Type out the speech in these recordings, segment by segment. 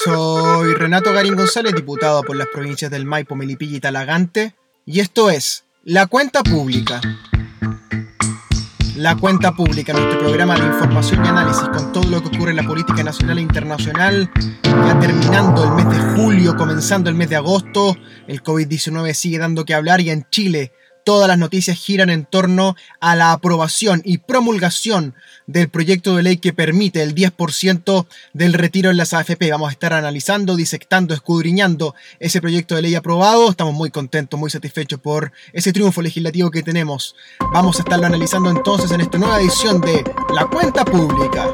Soy Renato Garín González, diputado por las provincias del Maipo, Melipilla y Talagante, y esto es La Cuenta Pública. La Cuenta Pública, nuestro programa de información y análisis con todo lo que ocurre en la política nacional e internacional. Ya terminando el mes de julio, comenzando el mes de agosto, el COVID-19 sigue dando que hablar y en Chile todas las noticias giran en torno a la aprobación y promulgación del proyecto de ley que permite el 10% del retiro en las AFP. Vamos a estar analizando, disectando, escudriñando ese proyecto de ley aprobado. Estamos muy contentos, muy satisfechos por ese triunfo legislativo que tenemos. Vamos a estarlo analizando entonces en esta nueva edición de La Cuenta Pública.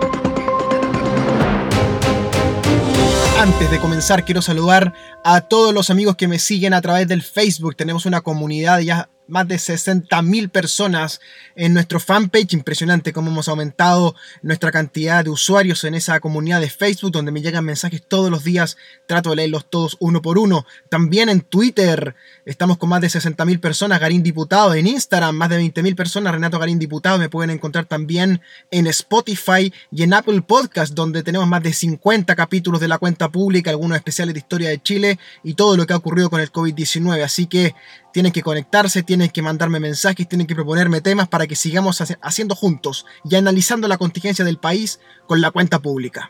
Antes de comenzar, quiero saludar a todos los amigos que me siguen a través del Facebook. Tenemos una comunidad de ya más de 60.000 personas en nuestro fanpage. Impresionante cómo hemos aumentado nuestra cantidad de usuarios en esa comunidad de Facebook, donde me llegan mensajes todos los días. Trato de leerlos todos uno por uno. También en Twitter estamos con más de 60.000 personas, Garín Diputado. En Instagram, más de 20.000 personas, Renato Garín Diputado. Me pueden encontrar también en Spotify y en Apple Podcast, donde tenemos más de 50 capítulos de La Cuenta Pública, algunos especiales de historia de Chile y todo lo que ha ocurrido con el COVID-19. Así que tienen que conectarse, tienen que mandarme mensajes, tienen que proponerme temas para que sigamos haciendo juntos y analizando la contingencia del país con La Cuenta Pública.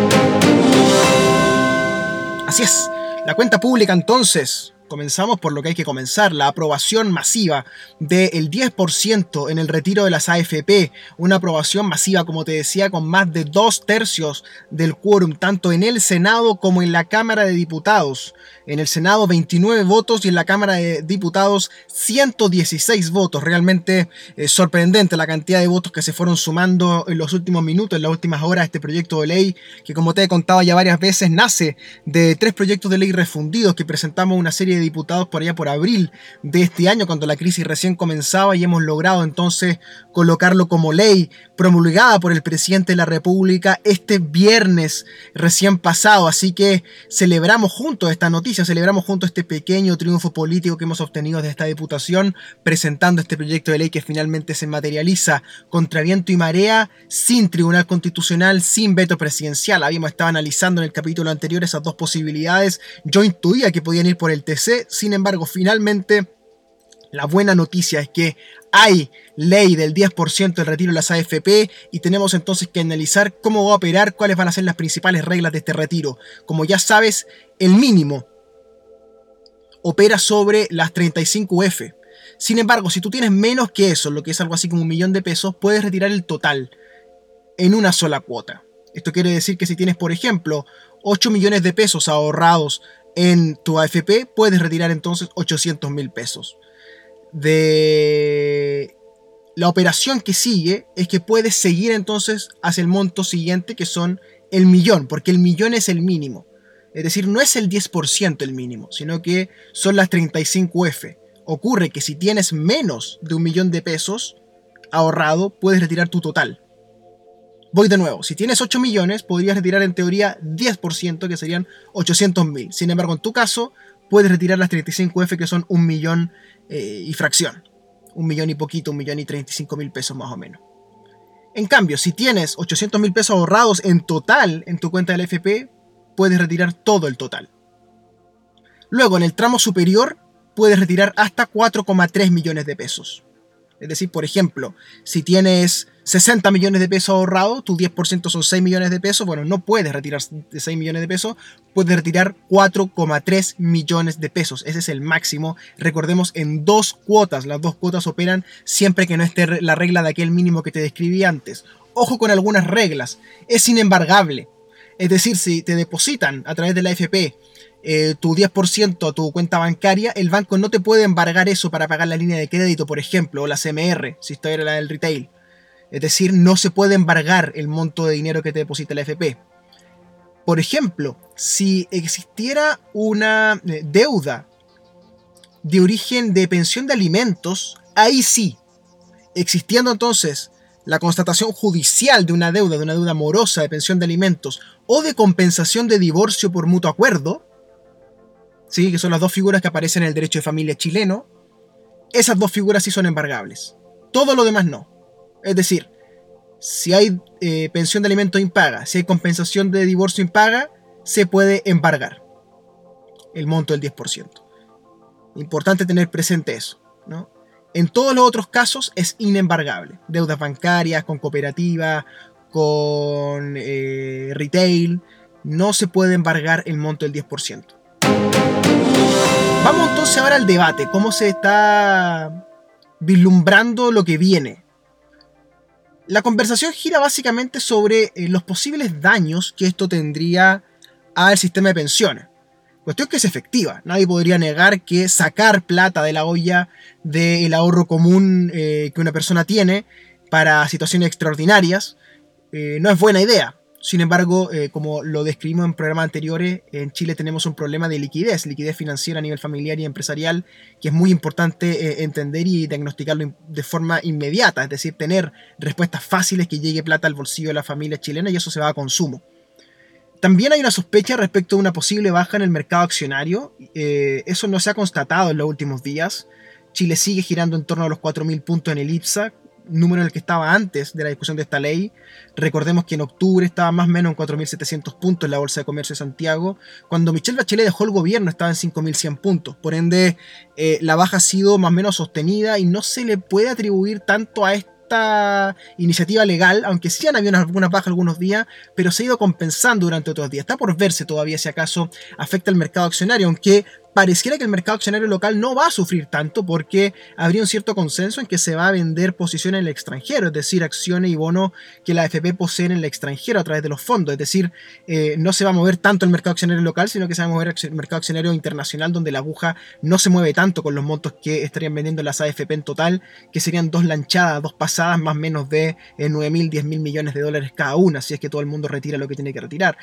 Así es, La Cuenta Pública entonces. Comenzamos por lo que hay que comenzar, la aprobación masiva del 10% en el retiro de las AFP. Una aprobación masiva, como te decía, con más de 2/3 del quórum, tanto en el Senado como en la Cámara de Diputados. En el Senado 29 votos y en la Cámara de Diputados 116 votos. Realmente sorprendente la cantidad de votos que se fueron sumando en los últimos minutos, en las últimas horas, este proyecto de ley que, como te he contado ya varias veces, nace de 3 proyectos de ley refundidos que presentamos una serie de diputados por allá por abril de este año, cuando la crisis recién comenzaba, y hemos logrado entonces colocarlo como ley promulgada por el presidente de la República este viernes recién pasado. Así que celebramos juntos esta noticia, celebramos juntos este pequeño triunfo político que hemos obtenido de esta diputación, presentando este proyecto de ley que finalmente se materializa contra viento y marea, sin tribunal constitucional, sin veto presidencial. Habíamos estado analizando en el capítulo anterior esas dos posibilidades. Yo intuía que podían ir por el TC. Sin embargo, finalmente, la buena noticia es que hay ley del 10% del retiro de las AFP y tenemos entonces que analizar cómo va a operar, cuáles van a ser las principales reglas de este retiro. Como ya sabes, el mínimo opera sobre las 35 UF. Sin embargo, si tú tienes menos que eso, lo que es algo así como 1 millón de pesos, puedes retirar el total en una sola cuota. Esto quiere decir que si tienes, por ejemplo, 8 millones de pesos ahorrados en tu AFP, puedes retirar entonces 800.000 pesos. De la operación que sigue es que puedes seguir entonces hacia el monto siguiente, que son el millón, porque el millón es el mínimo. Es decir, no es el 10% el mínimo, sino que son las 35 UF. Ocurre que si tienes menos de 1 millón de pesos ahorrado, puedes retirar tu total. Voy de nuevo, si tienes 8 millones, podrías retirar en teoría 10%, que serían 800.000. Sin embargo, en tu caso, puedes retirar las 35 UF, que son 1 millón y fracción. 1 millón y poquito, 1 millón y 35.000 pesos más o menos. En cambio, si tienes 800.000 pesos ahorrados en total en tu cuenta del AFP, puedes retirar todo el total. Luego, en el tramo superior, puedes retirar hasta 4,3 millones de pesos. Es decir, por ejemplo, si tienes 60 millones de pesos ahorrados, tu 10% son 6 millones de pesos. Bueno, no puedes retirar 6 millones de pesos, puedes retirar 4,3 millones de pesos. Ese es el máximo. Recordemos, en 2 cuotas. Las 2 cuotas operan siempre que no esté la regla de aquel mínimo que te describí antes. Ojo con algunas reglas. Es inembargable. Es decir, si te depositan a través de la AFP tu 10% a tu cuenta bancaria, el banco no te puede embargar eso para pagar la línea de crédito, por ejemplo, o la CMR, si esto era la del retail. Es decir, no se puede embargar el monto de dinero que te deposita la AFP. Por ejemplo, si existiera una deuda de origen de pensión de alimentos, ahí sí, existiendo entonces la constatación judicial de una deuda morosa de pensión de alimentos o de compensación de divorcio por mutuo acuerdo, ¿sí? Que son las 2 figuras que aparecen en el derecho de familia chileno, esas 2 figuras sí son embargables. Todo lo demás no. Es decir, si hay pensión de alimentos impaga, si hay compensación de divorcio impaga, se puede embargar el monto del 10%. Importante tener presente eso, ¿no? En todos los otros casos es inembargable. Deudas bancarias, con cooperativa, con retail, no se puede embargar el monto del 10%. Vamos entonces ahora al debate, cómo se está vislumbrando lo que viene. La conversación gira básicamente sobre los posibles daños que esto tendría al sistema de pensiones. Cuestión que es efectiva. Nadie podría negar que sacar plata de la olla del ahorro común que una persona tiene para situaciones extraordinarias no es buena idea. Sin embargo, como lo describimos en programas anteriores, en Chile tenemos un problema de liquidez financiera a nivel familiar y empresarial, que es muy importante entender y diagnosticarlo de forma inmediata, es decir, tener respuestas fáciles que llegue plata al bolsillo de la familia chilena, y eso se va a consumo. También hay una sospecha respecto a una posible baja en el mercado accionario. Eso no se ha constatado en los últimos días. Chile sigue girando en torno a los 4.000 puntos en el IPSA, número en el que estaba antes de la discusión de esta ley. Recordemos que en octubre estaba más o menos en 4.700 puntos en la Bolsa de Comercio de Santiago. Cuando Michelle Bachelet dejó el gobierno estaba en 5.100 puntos. Por ende, la baja ha sido más o menos sostenida y no se le puede atribuir tanto a esta iniciativa legal, aunque sí han habido algunas bajas algunos días, pero se ha ido compensando durante otros días. Está por verse todavía si acaso afecta al mercado accionario, aunque pareciera que el mercado accionario local no va a sufrir tanto porque habría un cierto consenso en que se va a vender posiciones en el extranjero, es decir, acciones y bonos que la AFP poseen en el extranjero a través de los fondos, es decir, no se va a mover tanto el mercado accionario local, sino que se va a mover el mercado accionario internacional, donde la aguja no se mueve tanto con los montos que estarían vendiendo las AFP en total, que serían 2 lanchadas, 2 pasadas, más o menos de 9.000, 10.000 millones de dólares cada una, si es que todo el mundo retira lo que tiene que retirar.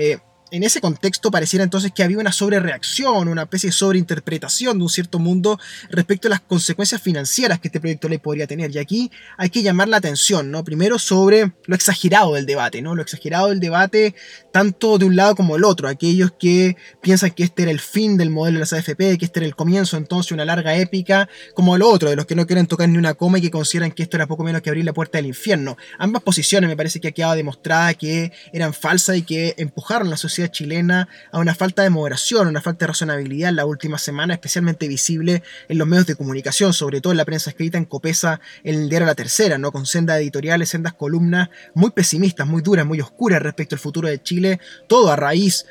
En ese contexto pareciera entonces que había una sobrereacción, una especie de sobreinterpretación de un cierto mundo respecto a las consecuencias financieras que este proyecto de ley podría tener. Y aquí hay que llamar la atención, ¿no? Primero sobre lo exagerado del debate, ¿no? Lo exagerado del debate tanto de un lado como del otro. Aquellos que piensan que este era el fin del modelo de las AFP, que este era el comienzo entonces de una larga épica, como el otro, de los que no quieren tocar ni una coma y que consideran que esto era poco menos que abrir la puerta del infierno. Ambas posiciones me parece que ha quedado demostrada que eran falsas y que empujaron a la sociedad chilena a una falta de moderación, una falta de razonabilidad en la última semana, especialmente visible en los medios de comunicación, sobre todo en la prensa escrita, en Copesa, en el diario La Tercera, ¿no? Con sendas editoriales, sendas columnas muy pesimistas, muy duras, muy oscuras respecto al futuro de Chile, todo a raíz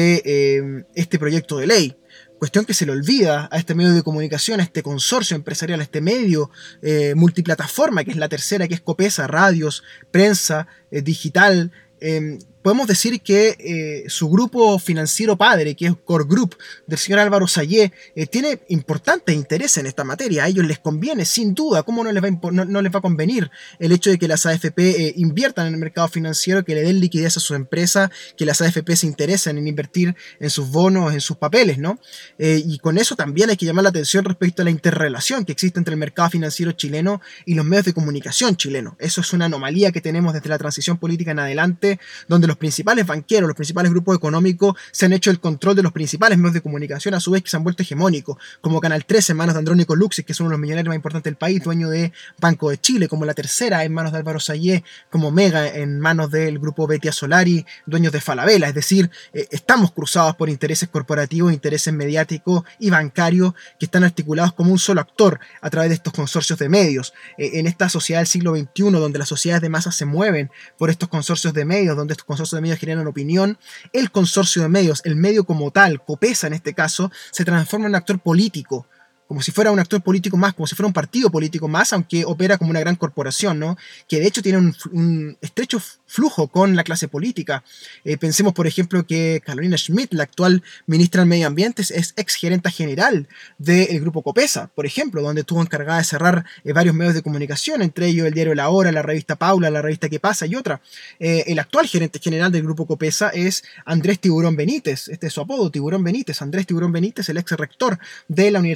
de este proyecto de ley. Cuestión que se le olvida a este medio de comunicación, a este consorcio empresarial, a este medio multiplataforma que es La Tercera, que es Copesa, radios, prensa, digital. Podemos decir que su grupo financiero padre, que es Core Group, del señor Álvaro Sayé, tiene importantes intereses en esta materia. A ellos les conviene, sin duda. ¿Cómo no les va a convenir el hecho de que las AFP inviertan en el mercado financiero, que le den liquidez a sus empresas, que las AFP se interesen en invertir en sus bonos, en sus papeles, ¿no? Y con eso también hay que llamar la atención respecto a la interrelación que existe entre el mercado financiero chileno y los medios de comunicación chilenos. Eso es una anomalía que tenemos desde la transición política en adelante, donde los principales banqueros, los principales grupos económicos se han hecho el control de los principales medios de comunicación, a su vez que se han vuelto hegemónicos, como Canal 13 en manos de Andrónico Luxis, que es uno de los millonarios más importantes del país, dueño de Banco de Chile, como La Tercera en manos de Álvaro Sayé, como Mega en manos del grupo Betia Solari, dueños de Falabella. Es decir, estamos cruzados por intereses corporativos, intereses mediáticos y bancarios que están articulados como un solo actor a través de estos consorcios de medios. En esta sociedad del siglo XXI, donde las sociedades de masa se mueven por estos consorcios de medios, donde estos consorcios de medios generan opinión, el consorcio de medios, el medio como tal, Copesa en este caso, se transforma en un actor político, como si fuera un actor político más, como si fuera un partido político más, aunque opera como una gran corporación, ¿no? Que de hecho tiene un estrecho flujo con la clase política. Pensemos, por ejemplo, que Carolina Schmidt, la actual ministra del Medio Ambiente, es ex gerenta general del grupo Copesa, por ejemplo, donde estuvo encargada de cerrar varios medios de comunicación, entre ellos el diario La Hora, la revista Paula, la revista ¿Qué pasa? Y otra. El actual gerente general del grupo Copesa es Andrés Tiburón Benítez, este es su apodo, Tiburón Benítez, Andrés Tiburón Benítez, el ex rector de la Universidad del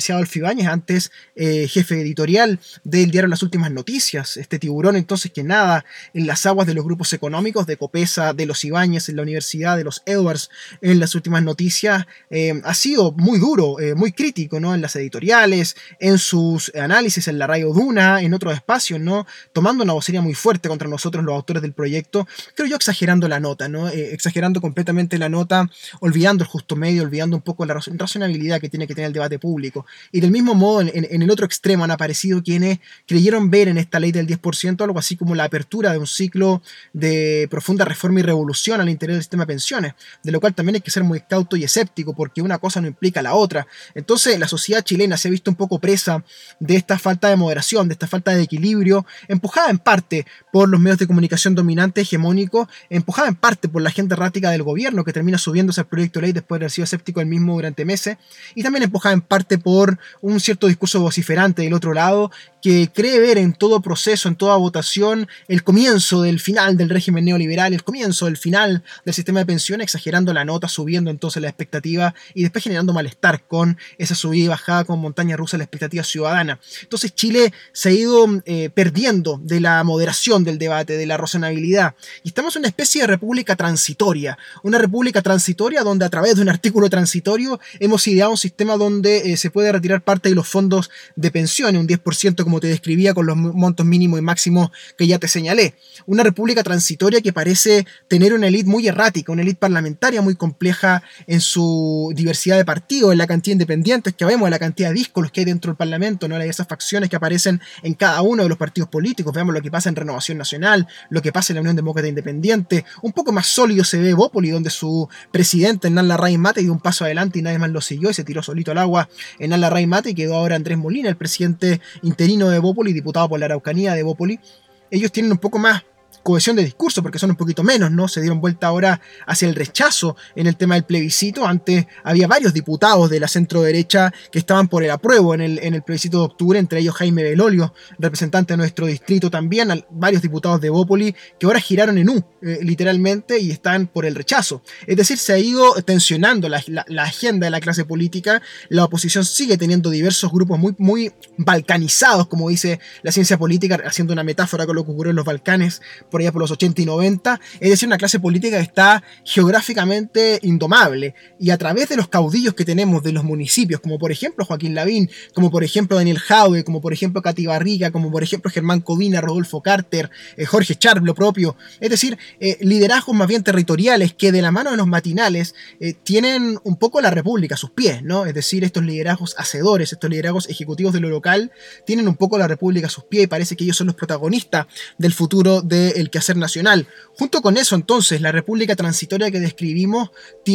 Ibáñez, antes jefe editorial del diario Las Últimas Noticias, este tiburón entonces que nada en las aguas de los grupos económicos, de Copesa, de los Ibáñez en la universidad, de los Edwards en Las Últimas Noticias, ha sido muy duro, muy crítico, ¿no? En las editoriales, en sus análisis en la Radio Duna, en otros espacios, ¿no? Tomando una vocería muy fuerte contra nosotros, los autores del proyecto, creo yo exagerando la nota, ¿no? Exagerando completamente la nota, olvidando el justo medio, olvidando un poco la racionalidad que tiene que tener el debate público. Y del mismo modo, en el otro extremo han aparecido quienes creyeron ver en esta ley del 10% algo así como la apertura de un ciclo de profunda reforma y revolución al interior del sistema de pensiones, de lo cual también hay que ser muy cauto y escéptico, porque una cosa no implica la otra. Entonces, la sociedad chilena se ha visto un poco presa de esta falta de moderación, de esta falta de equilibrio, empujada en parte por los medios de comunicación dominantes, hegemónicos, empujada en parte por la gente errática del gobierno que termina subiéndose al proyecto de ley después de haber sido escéptico el mismo durante meses, y también empujada en parte por un cierto discurso vociferante del otro lado que cree ver en todo proceso, en toda votación, el comienzo del final del régimen neoliberal, el comienzo del final del sistema de pensiones, exagerando la nota, subiendo entonces la expectativa y después generando malestar con esa subida y bajada con montaña rusa de la expectativa ciudadana. Entonces Chile se ha ido perdiendo de la moderación del debate, de la razonabilidad, y estamos en una especie de república transitoria, una república transitoria donde a través de un artículo transitorio hemos ideado un sistema donde se puede retirar parte de los fondos de pensiones, un 10% como te describía con los montos mínimos y máximos que ya te señalé. Una república transitoria que parece tener una élite muy errática, una élite parlamentaria muy compleja en su diversidad de partidos, en la cantidad de independientes que vemos, en la cantidad de díscolos que hay dentro del Parlamento, ¿no? Esas facciones que aparecen en cada uno de los partidos políticos. Veamos lo que pasa en Renovación Nacional, lo que pasa en la Unión Demócrata Independiente. Un poco más sólido se ve Bópoli, donde su presidente, Hernán Larraín Mate, dio un paso adelante y nadie más lo siguió y se tiró solito al agua Hernán Larraín Mate, y quedó ahora Andrés Molina, el presidente interino de Bópoli, diputado por la Araucanía de Bópoli. Ellos tienen un poco más cohesión de discurso, porque son un poquito menos, ¿no? Se dieron vuelta ahora hacia el rechazo en el tema del plebiscito. Antes había varios diputados de la centro derecha que estaban por el apruebo en el plebiscito de octubre, entre ellos Jaime Belolio, representante de nuestro distrito también, varios diputados de Bópoli que ahora giraron en U, literalmente, y están por el rechazo. Es decir, se ha ido tensionando la agenda de la clase política. La oposición sigue teniendo diversos grupos muy balcanizados, como dice la ciencia política, haciendo una metáfora con lo que ocurrió en los Balcanes por allá por los 80 y 90, es decir, una clase política que está geográficamente indomable, y a través de los caudillos que tenemos de los municipios, como por ejemplo Joaquín Lavín, como por ejemplo Daniel Jadwe, como por ejemplo Katy Barriga, como por ejemplo Germán Codina, Rodolfo Carter, Jorge Charp, lo propio, es decir, liderazgos más bien territoriales que de la mano de los matinales tienen un poco la república a sus pies, ¿no? Es decir, estos liderazgos hacedores, estos liderazgos ejecutivos de lo local tienen un poco la república a sus pies, y parece que ellos son los protagonistas del futuro del quehacer nacional. Junto con eso, entonces, la república transitoria que describimos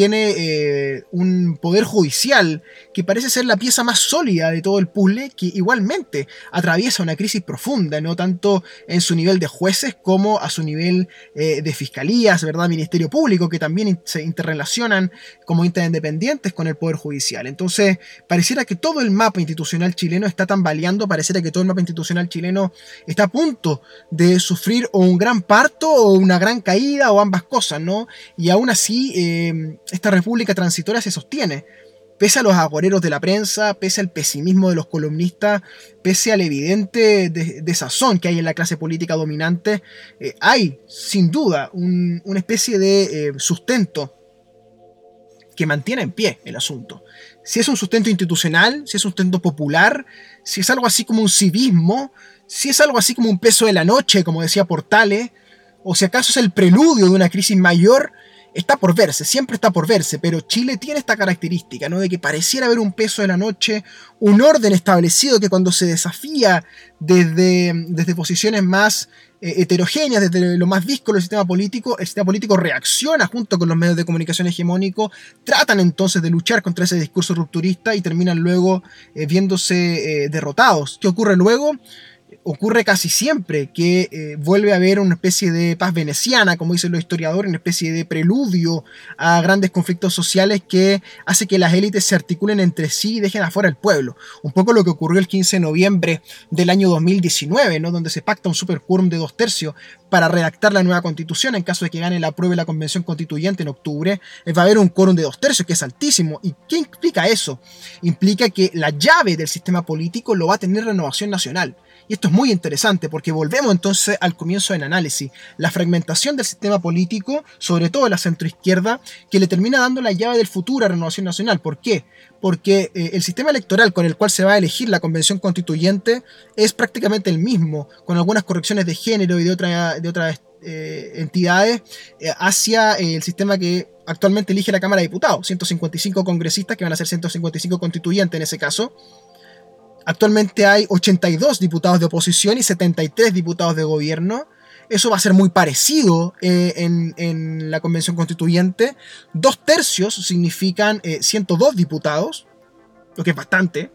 tiene un poder judicial que parece ser la pieza más sólida de todo el puzzle, que igualmente atraviesa una crisis profunda, no tanto en su nivel de jueces como a su nivel de fiscalías, ¿verdad? Ministerio Público, que también se interrelacionan como interindependientes con el poder judicial. Entonces, pareciera que todo el mapa institucional chileno está tambaleando, pareciera que todo el mapa institucional chileno está a punto de sufrir o un gran parto o una gran caída o ambas cosas, ¿no? Y aún así, esta república transitoria se sostiene. Pese a los agoreros de la prensa, pese al pesimismo de los columnistas, pese al evidente desazón que hay en la clase política dominante, hay, sin duda, una especie de sustento que mantiene en pie el asunto. Si es un sustento institucional, si es un sustento popular, si es algo así como un civismo, si es algo así como un peso de la noche, como decía Portales, o si acaso es el preludio de una crisis mayor, está por verse, siempre está por verse, pero Chile tiene esta característica, ¿no? De que pareciera haber un peso de la noche, un orden establecido que cuando se desafía desde posiciones más heterogéneas, desde lo más díscolo del sistema político, el sistema político reacciona junto con los medios de comunicación hegemónicos, tratan entonces de luchar contra ese discurso rupturista y terminan luego viéndose derrotados. ¿Qué ocurre luego? ocurre casi siempre que vuelve a haber una especie de paz veneciana, como dicen los historiadores, una especie de preludio a grandes conflictos sociales que hace que las élites se articulen entre sí y dejen afuera al pueblo. Un poco lo que ocurrió el 15 de noviembre del año 2019, ¿no? Donde se pacta un superquórum de 2/3 para redactar la nueva constitución. En caso de que gane la prueba de la convención constituyente en octubre, va a haber un quórum de 2/3, que es altísimo. ¿Y qué implica eso? Implica que la llave del sistema político lo va a tener Renovación Nacional. Y esto es muy interesante porque volvemos entonces al comienzo del análisis. La fragmentación del sistema político, sobre todo la centroizquierda, que le termina dando la llave del futuro a Renovación Nacional. ¿Por qué? Porque el sistema electoral con el cual se va a elegir la convención constituyente es prácticamente el mismo, con algunas correcciones de género y de otras entidades, hacia el sistema que actualmente elige la Cámara de Diputados. 155 congresistas que van a ser 155 constituyentes en ese caso. Actualmente hay 82 diputados de oposición y 73 diputados de gobierno. Eso va a ser muy parecido en la convención constituyente. 2/3 significan 102 diputados, lo que es bastante.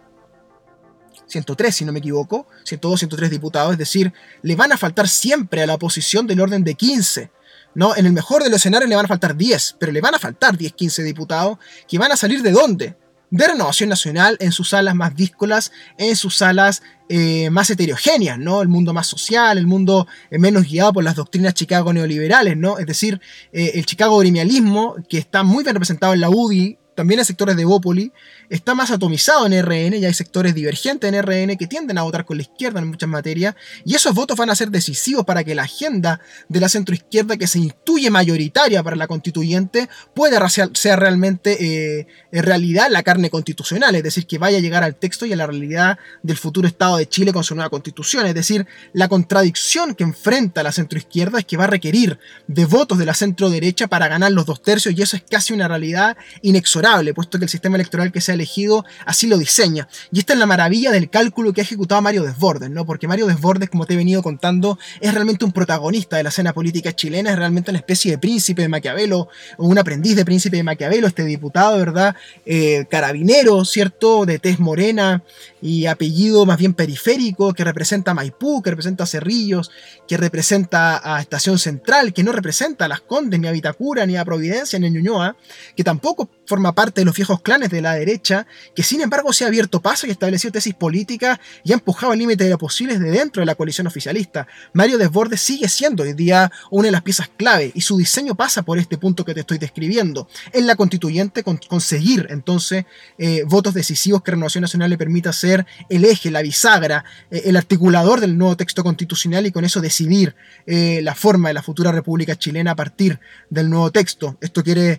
103 si no me equivoco, 102, 103 diputados, es decir, le van a faltar siempre a la oposición del orden de 15, ¿no? En el mejor de los escenarios le van a faltar 10, pero le van a faltar 10, 15 diputados que van a salir ¿de dónde? De Renovación Nacional, en sus salas más díscolas, en sus salas más heterogéneas, ¿no? El mundo más social, el mundo menos guiado por las doctrinas Chicago neoliberales, ¿no? Es decir, el Chicago gremialismo, que está muy bien representado en la UDI, también en sectores de Evópoli, está más atomizado en RN, y hay sectores divergentes en RN que tienden a votar con la izquierda en muchas materias, y esos votos van a ser decisivos para que la agenda de la centroizquierda, que se intuye mayoritaria para la constituyente, pueda ser realmente realidad la carne constitucional, es decir, que vaya a llegar al texto y a la realidad del futuro Estado de Chile con su nueva constitución. Es decir, la contradicción que enfrenta la centroizquierda es que va a requerir de votos de la centroderecha para ganar los 2/3, y eso es casi una realidad inexorable, puesto que el sistema electoral que se ha elegido así lo diseña. Y esta es la maravilla del cálculo que ha ejecutado Mario Desbordes, ¿no? Porque Mario Desbordes, como te he venido contando, es realmente un protagonista de la escena política chilena, es realmente una especie de príncipe de Maquiavelo, o un aprendiz de príncipe de Maquiavelo, este diputado, ¿verdad? Carabinero, ¿cierto? De tez morena y apellido más bien periférico, que representa a Maipú, que representa a Cerrillos, que representa a Estación Central, que no representa a Las Condes, ni a Vitacura, ni a Providencia, ni a Ñuñoa, que tampoco forma parte de los viejos clanes de la derecha, que sin embargo se ha abierto paso y establecido tesis políticas y ha empujado el límite de lo posible desde dentro de la coalición oficialista. Mario Desbordes sigue siendo hoy día una de las piezas clave, y su diseño pasa por este punto que te estoy describiendo. En la constituyente, conseguir entonces votos decisivos que Renovación Nacional le permita ser el eje, la bisagra, el articulador del nuevo texto constitucional, y con eso decidir la forma de la futura República Chilena a partir del nuevo texto. Esto quiere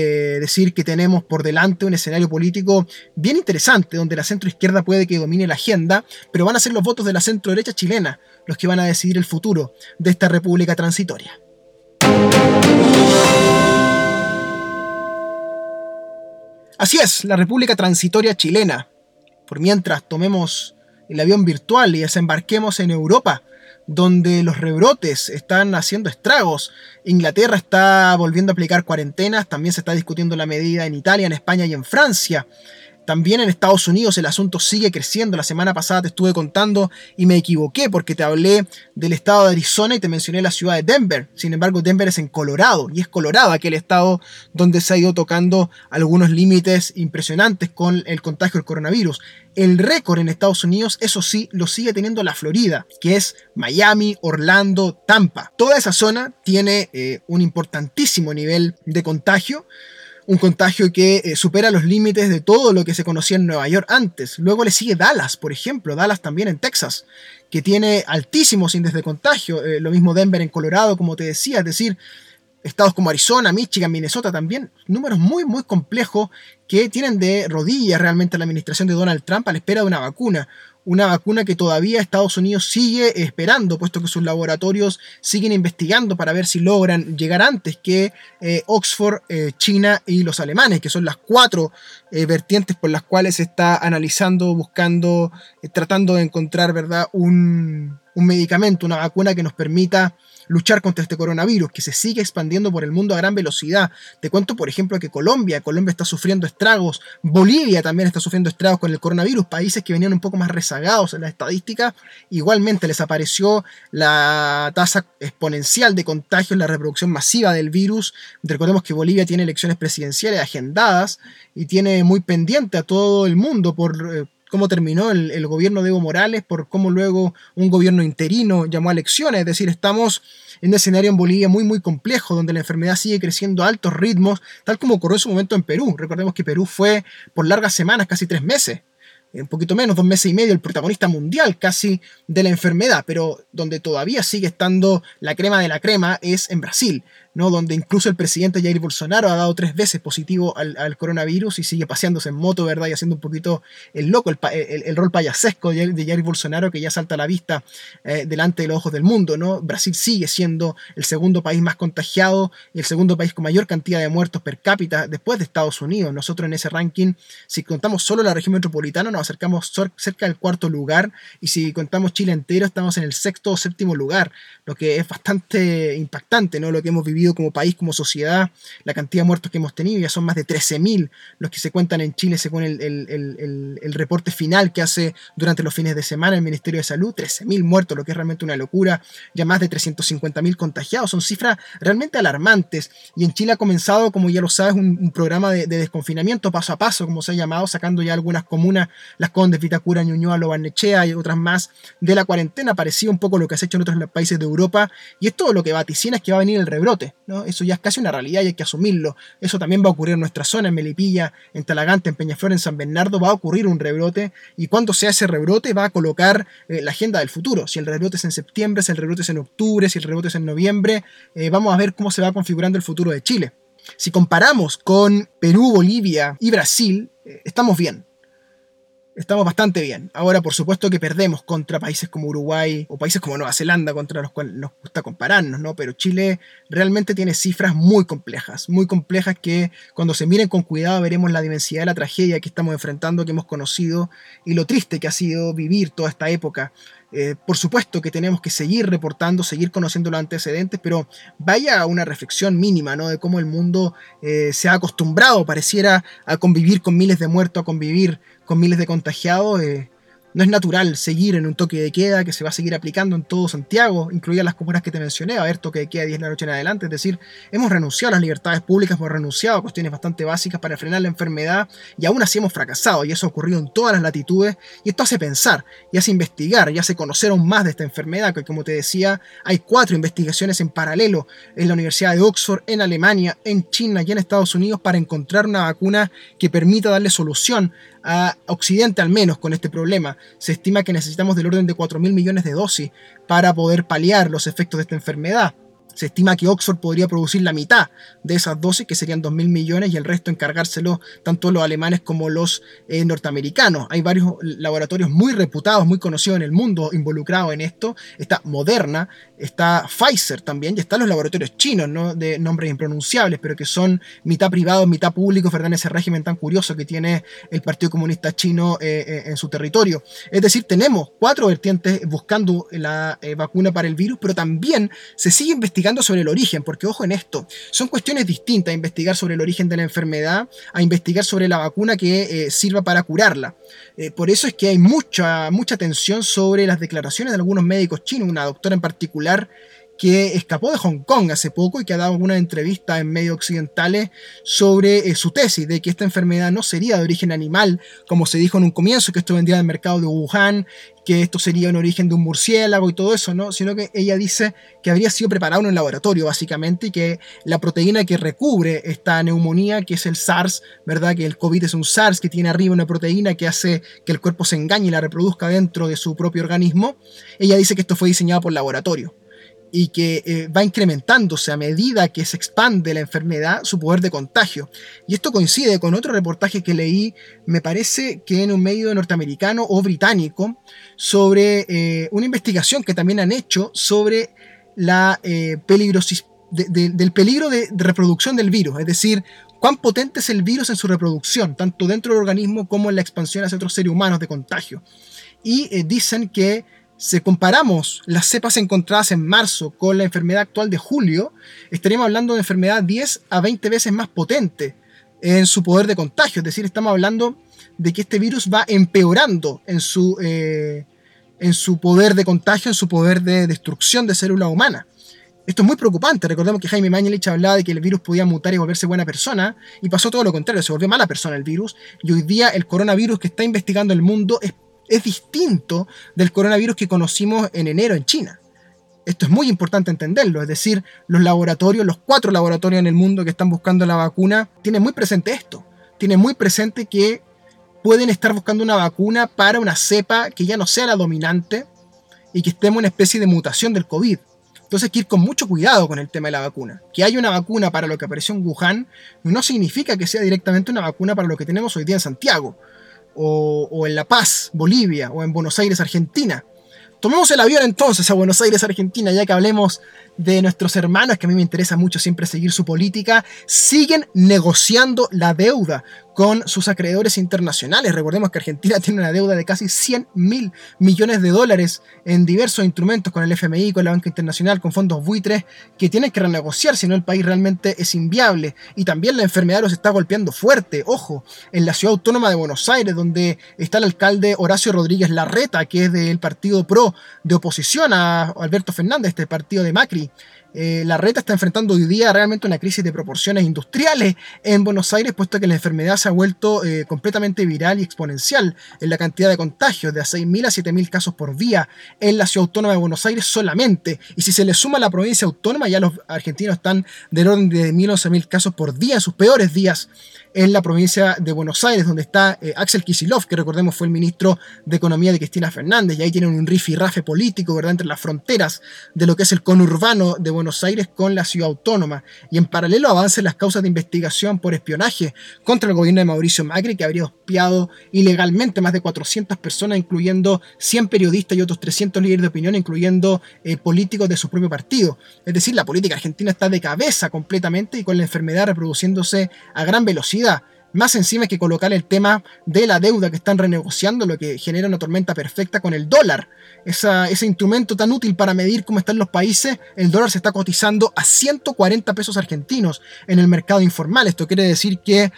decir que tenemos por delante un escenario político bien interesante, donde la centroizquierda puede que domine la agenda, pero van a ser los votos de la centroderecha chilena los que van a decidir el futuro de esta república transitoria. Así es, la república transitoria chilena. Por mientras tomemos el avión virtual y desembarquemos en Europa, donde los rebrotes están haciendo estragos. Inglaterra está volviendo a aplicar cuarentenas, también se está discutiendo la medida en Italia, en España y en Francia. También en Estados Unidos el asunto sigue creciendo. La semana pasada te estuve contando y me equivoqué porque te hablé del estado de Arizona y te mencioné la ciudad de Denver. Sin embargo, Denver es en Colorado, y es Colorado aquel estado donde se ha ido tocando algunos límites impresionantes con el contagio del coronavirus. El récord en Estados Unidos, eso sí, lo sigue teniendo la Florida, que es Miami, Orlando, Tampa. Toda esa zona tiene un importantísimo nivel de contagio. Un contagio que supera los límites de todo lo que se conocía en Nueva York antes. Luego le sigue Dallas, por ejemplo, Dallas también en Texas, que tiene altísimos índices de contagio. Lo mismo Denver en Colorado, como te decía, es decir, estados como Arizona, Michigan, Minnesota también, números muy muy complejos que tienen de rodillas realmente la administración de Donald Trump a la espera de una vacuna que todavía Estados Unidos sigue esperando, puesto que sus laboratorios siguen investigando para ver si logran llegar antes que Oxford, China y los alemanes, que son las 4 vertientes por las cuales se está analizando, buscando, tratando de encontrar, ¿verdad?, un medicamento, una vacuna que nos permita luchar contra este coronavirus que se sigue expandiendo por el mundo a gran velocidad. Te cuento, por ejemplo, que Colombia está sufriendo estragos, Bolivia también está sufriendo estragos con el coronavirus, países que venían un poco más rezagados en la estadística, igualmente les apareció la tasa exponencial de contagios, la reproducción masiva del virus. Recordemos que Bolivia tiene elecciones presidenciales agendadas y tiene muy pendiente a todo el mundo por cómo terminó el gobierno de Evo Morales, por cómo luego un gobierno interino llamó a elecciones. Es decir, estamos en un escenario en Bolivia muy muy complejo, donde la enfermedad sigue creciendo a altos ritmos, tal como ocurrió en su momento en Perú. Recordemos que Perú fue por largas semanas, casi 3 meses, un poquito menos, 2 meses y medio, el protagonista mundial casi de la enfermedad, pero donde todavía sigue estando la crema de la crema es en Brasil, ¿no? Donde incluso el presidente Jair Bolsonaro ha dado 3 veces positivo al coronavirus y sigue paseándose en moto, ¿verdad? Y haciendo un poquito el loco, el rol payasesco de Jair Bolsonaro, que ya salta a la vista delante de los ojos del mundo, ¿no? Brasil sigue siendo el segundo país más contagiado y el segundo país con mayor cantidad de muertos per cápita después de Estados Unidos. Nosotros en ese ranking, si contamos solo la región metropolitana, nos acercamos cerca del 4.º lugar, y si contamos Chile entero, estamos en el 6.º o 7.º lugar, lo que es bastante impactante, ¿no? Lo que hemos vivido como país, como sociedad, la cantidad de muertos que hemos tenido, ya son más de 13.000 los que se cuentan en Chile según el reporte final que hace durante los fines de semana el Ministerio de Salud. 13.000 muertos, lo que es realmente una locura, ya más de 350.000 contagiados, son cifras realmente alarmantes, y en Chile ha comenzado, como ya lo sabes, un programa de desconfinamiento paso a paso, como se ha llamado, sacando ya algunas comunas, Las Condes, Vitacura, Ñuñoa, Lo Barnechea y otras más de la cuarentena, parecido un poco lo que se ha hecho en otros países de Europa, y esto lo que vaticina es que va a venir el rebrote, ¿no? Eso ya es casi una realidad y hay que asumirlo. Eso también va a ocurrir en nuestra zona, en Melipilla, en Talagante, en Peñaflor, en San Bernardo, va a ocurrir un rebrote, y cuando sea ese rebrote va a colocar la agenda del futuro. Si el rebrote es en septiembre, si el rebrote es en octubre, si el rebrote es en noviembre, vamos a ver cómo se va configurando el futuro de Chile. Si comparamos con Perú, Bolivia y Brasil, estamos bien. Estamos bastante bien. Ahora, por supuesto que perdemos contra países como Uruguay o países como Nueva Zelanda, contra los cuales nos gusta compararnos, ¿no? Pero Chile realmente tiene cifras muy complejas que cuando se miren con cuidado veremos la diversidad de la tragedia que estamos enfrentando, que hemos conocido, y lo triste que ha sido vivir toda esta época. Por supuesto que tenemos que seguir reportando, seguir conociendo los antecedentes, pero vaya una reflexión mínima, ¿no? De cómo el mundo se ha acostumbrado, pareciera, a convivir con miles de muertos, a convivir con miles de contagiados. No es natural seguir en un toque de queda que se va a seguir aplicando en todo Santiago, incluidas las comunas que te mencioné, va a haber toque de queda 10 de la noche en adelante. Es decir, hemos renunciado a las libertades públicas, hemos renunciado a cuestiones bastante básicas para frenar la enfermedad, y aún así hemos fracasado, y eso ha ocurrido en todas las latitudes, y esto hace pensar, y hace investigar, y hace conocer aún más de esta enfermedad, que como te decía, hay 4 investigaciones en paralelo en la Universidad de Oxford, en Alemania, en China y en Estados Unidos para encontrar una vacuna que permita darle solución a Occidente, al menos, con este problema. Se estima que necesitamos del orden de 4.000 millones de dosis para poder paliar los efectos de esta enfermedad. Se estima que Oxford podría producir la mitad de esas dosis, que serían 2.000 millones, y el resto encargárselo tanto los alemanes como los norteamericanos. Hay varios laboratorios muy reputados, muy conocidos en el mundo involucrados en esto. Está Moderna, está Pfizer también, y están los laboratorios chinos, ¿no? De nombres impronunciables, pero que son mitad privados, mitad públicos, ¿verdad? En ese régimen tan curioso que tiene el Partido Comunista Chino en su territorio. Es decir, tenemos 4 vertientes buscando la vacuna para el virus, pero también se sigue investigando sobre el origen, porque ojo en esto, son cuestiones distintas a investigar sobre el origen de la enfermedad, a investigar sobre la vacuna que sirva para curarla. Por eso es que hay mucha tensión sobre las declaraciones de algunos médicos chinos, una doctora en particular que escapó de Hong Kong hace poco y que ha dado algunas entrevistas en medios occidentales sobre su tesis de que esta enfermedad no sería de origen animal, como se dijo en un comienzo, que esto vendría del mercado de Wuhan, que esto sería un origen de un murciélago y todo eso, ¿no? Sino que ella dice que habría sido preparado en un laboratorio, básicamente, y que la proteína que recubre esta neumonía, que es el SARS, ¿verdad? Que el COVID es un SARS que tiene arriba una proteína que hace que el cuerpo se engañe y la reproduzca dentro de su propio organismo. Ella dice que esto fue diseñado por laboratorio y que va incrementándose a medida que se expande la enfermedad su poder de contagio. Y esto coincide con otro reportaje que leí, me parece que en un medio norteamericano o británico, sobre una investigación que también han hecho sobre la del peligro de reproducción del virus, es decir, cuán potente es el virus en su reproducción, tanto dentro del organismo como en la expansión hacia otros seres humanos de contagio. Y dicen que si comparamos las cepas encontradas en marzo con la enfermedad actual de julio, estaríamos hablando de enfermedad 10 a 20 veces más potente en su poder de contagio. Es decir, estamos hablando de que este virus va empeorando en su poder de contagio, en su poder de destrucción de células humanas. Esto es muy preocupante. Recordemos que Jaime Mañalich hablaba de que el virus podía mutar y volverse buena persona, y pasó todo lo contrario, se volvió mala persona el virus, y hoy día el coronavirus que está investigando el mundo es distinto del coronavirus que conocimos en enero en China. Esto es muy importante entenderlo, es decir, los 4 laboratorios en el mundo que están buscando la vacuna, tienen muy presente esto, tienen muy presente que pueden estar buscando una vacuna para una cepa que ya no sea la dominante y que estemos en una especie de mutación del COVID. Entonces hay que ir con mucho cuidado con el tema de la vacuna. Que haya una vacuna para lo que apareció en Wuhan no significa que sea directamente una vacuna para lo que tenemos hoy día en Santiago, o en La Paz, Bolivia, o en Buenos Aires, Argentina. Tomemos el avión entonces a Buenos Aires, Argentina, ya que hablemos de nuestros hermanos, que a mí me interesa mucho siempre seguir su política. Siguen negociando la deuda con sus acreedores internacionales. Recordemos que Argentina tiene una deuda de casi $100.000 millones en diversos instrumentos con el FMI, con la Banca Internacional, con fondos buitres, que tienen que renegociar, si no el país realmente es inviable. Y también la enfermedad los está golpeando fuerte, ojo, en la ciudad autónoma de Buenos Aires, donde está el alcalde Horacio Rodríguez Larreta, que es del partido PRO de oposición a Alberto Fernández, este partido de Macri. Larreta está enfrentando hoy día realmente una crisis de proporciones industriales en Buenos Aires, puesto que la enfermedad se ha vuelto completamente viral y exponencial en la cantidad de contagios, de a 6.000 a 7.000 casos por día en la ciudad autónoma de Buenos Aires solamente. Y si se le suma la provincia autónoma, ya los argentinos están del orden de 1.000 o 11.000 casos por día en sus peores días en la provincia de Buenos Aires, donde está Axel Kicillof, que recordemos fue el ministro de Economía de Cristina Fernández, y ahí tienen un rifirrafe político, ¿verdad?, entre las fronteras de lo que es el conurbano de Buenos Aires con la ciudad autónoma. Y en paralelo avancen las causas de investigación por espionaje contra el gobierno de Mauricio Macri, que habría espiado ilegalmente más de 400 personas, incluyendo 100 periodistas y otros 300 líderes de opinión, incluyendo políticos de su propio partido. Es decir, la política argentina está de cabeza completamente y con la enfermedad reproduciéndose a gran velocidad. Más encima hay que colocar el tema de la deuda que están renegociando, lo que genera una tormenta perfecta con el dólar. Ese instrumento tan útil para medir cómo están los países, el dólar se está cotizando a 140 pesos argentinos en el mercado informal. Esto quiere decir que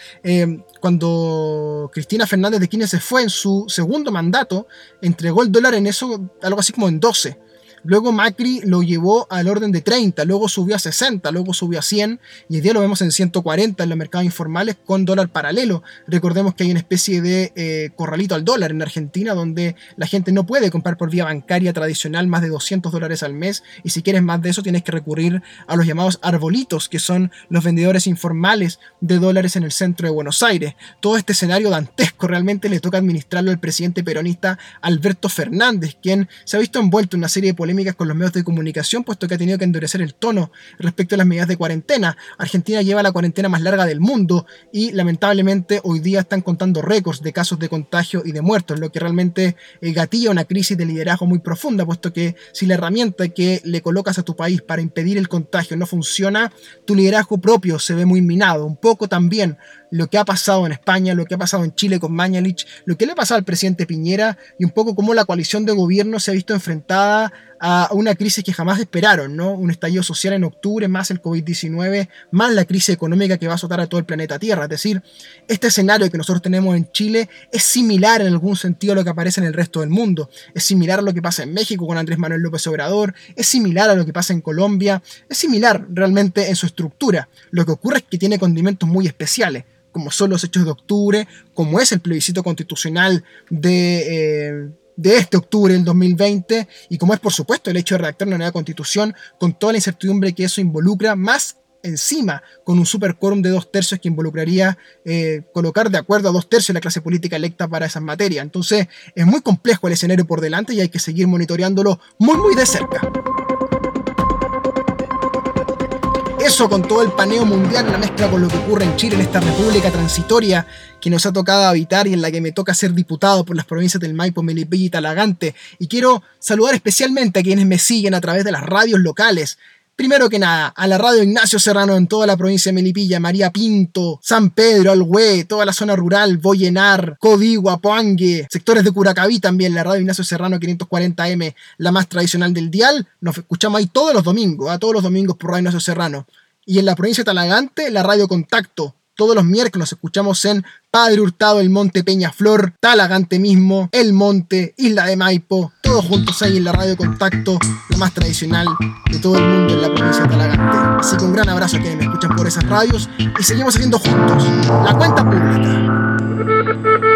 cuando Cristina Fernández de Kirchner se fue en su segundo mandato, entregó el dólar en eso, algo así como en 12. Luego Macri lo llevó al orden de 30, luego subió a 60, luego subió a 100 y hoy día lo vemos en 140 en los mercados informales con dólar paralelo. Recordemos que hay una especie de corralito al dólar en Argentina donde la gente no puede comprar por vía bancaria tradicional más de $200 al mes, y si quieres más de eso tienes que recurrir a los llamados arbolitos, que son los vendedores informales de dólares en el centro de Buenos Aires. Todo este escenario dantesco realmente le toca administrarlo al presidente peronista Alberto Fernández, quien se ha visto envuelto en una serie de polémicas con los medios de comunicación, puesto que ha tenido que endurecer el tono respecto a las medidas de cuarentena. Argentina lleva la cuarentena más larga del mundo y lamentablemente hoy día están contando récords de casos de contagio y de muertos, lo que realmente gatilla una crisis de liderazgo muy profunda, puesto que si la herramienta que le colocas a tu país para impedir el contagio no funciona, tu liderazgo propio se ve muy minado. Un poco también lo que ha pasado en España, lo que ha pasado en Chile con Mañalich, lo que le ha pasado al presidente Piñera, y un poco cómo la coalición de gobierno se ha visto enfrentada a una crisis que jamás esperaron, ¿no? Un estallido social en octubre, más el COVID-19, más la crisis económica que va a azotar a todo el planeta Tierra. Es decir, este escenario que nosotros tenemos en Chile es similar en algún sentido a lo que aparece en el resto del mundo. Es similar a lo que pasa en México con Andrés Manuel López Obrador, es similar a lo que pasa en Colombia, es similar realmente en su estructura. Lo que ocurre es que tiene condimentos muy especiales, como son los hechos de octubre, como es el plebiscito constitucional de este octubre del 2020, y como es por supuesto el hecho de redactar una nueva constitución con toda la incertidumbre que eso involucra, más encima con un super quórum de 2/3 que involucraría colocar de acuerdo a 2/3 de la clase política electa para esas materias. Entonces es muy complejo el escenario por delante y hay que seguir monitoreándolo muy de cerca. Eso con todo el paneo mundial, una mezcla con lo que ocurre en Chile, en esta república transitoria que nos ha tocado habitar y en la que me toca ser diputado por las provincias del Maipo, Melipilla y Talagante. Y quiero saludar especialmente a quienes me siguen a través de las radios locales, Primero que nada, a la radio Ignacio Serrano en toda la provincia de Melipilla, María Pinto, San Pedro, Alhué, toda la zona rural, Boyenar, Codigua, Poangue, sectores de Curacaví también, la radio Ignacio Serrano 540M, la más tradicional del dial. Nos escuchamos ahí todos los domingos, todos los domingos por radio Ignacio Serrano. Y en la provincia de Talagante, la radio Contacto. Todos los miércoles nos escuchamos en Padre Hurtado, El Monte, Peñaflor, Talagante mismo, El Monte, Isla de Maipo, todos juntos ahí en la radio Contacto, la más tradicional de todo el mundo en la provincia de Talagante. Así que un gran abrazo a quienes me escuchan por esas radios y seguimos haciendo juntos la cuenta pública.